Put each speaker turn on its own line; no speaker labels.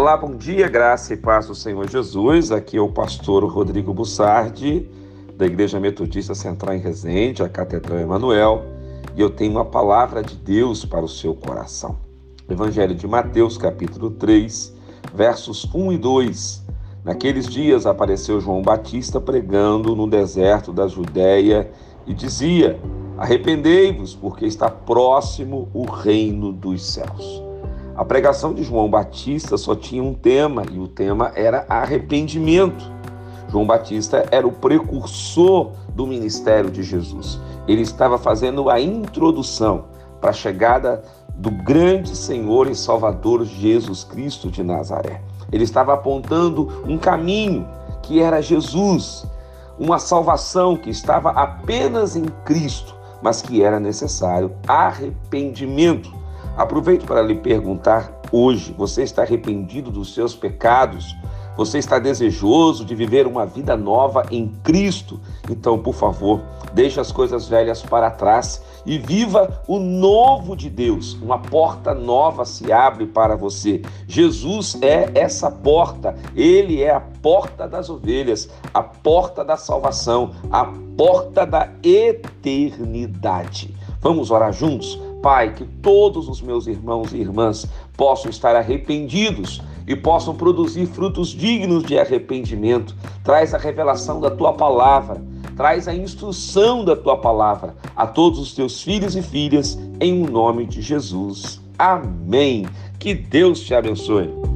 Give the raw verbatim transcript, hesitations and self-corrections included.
Olá, bom dia, graça e paz do Senhor Jesus. Aqui é o pastor Rodrigo Bussardi, da Igreja Metodista Central em Resende, a Catedral Emanuel, e eu tenho uma palavra de Deus para o seu coração. Evangelho de Mateus, capítulo três, versos um e dois. Naqueles dias apareceu João Batista pregando no deserto da Judéia e dizia: arrependei-vos, porque está próximo o reino dos céus. A pregação de João Batista só tinha um tema, e o tema era arrependimento. João Batista era o precursor do ministério de Jesus. Ele estava fazendo a introdução para a chegada do grande Senhor e Salvador Jesus Cristo de Nazaré. Ele estava apontando um caminho que era Jesus, uma salvação que estava apenas em Cristo, mas que era necessário arrependimento. Aproveito para lhe perguntar hoje: você está arrependido dos seus pecados? Você está desejoso de viver uma vida nova em Cristo? Então, por favor, deixe as coisas velhas para trás e viva o novo de Deus. Uma porta nova se abre para você. Jesus é essa porta. Ele é a porta das ovelhas, a porta da salvação, a porta da eternidade. Vamos orar juntos? Pai, que todos os meus irmãos e irmãs possam estar arrependidos e possam produzir frutos dignos de arrependimento. Traz a revelação da Tua palavra, traz a instrução da Tua palavra a todos os Teus filhos e filhas, em nome de Jesus. Amém. Que Deus te abençoe.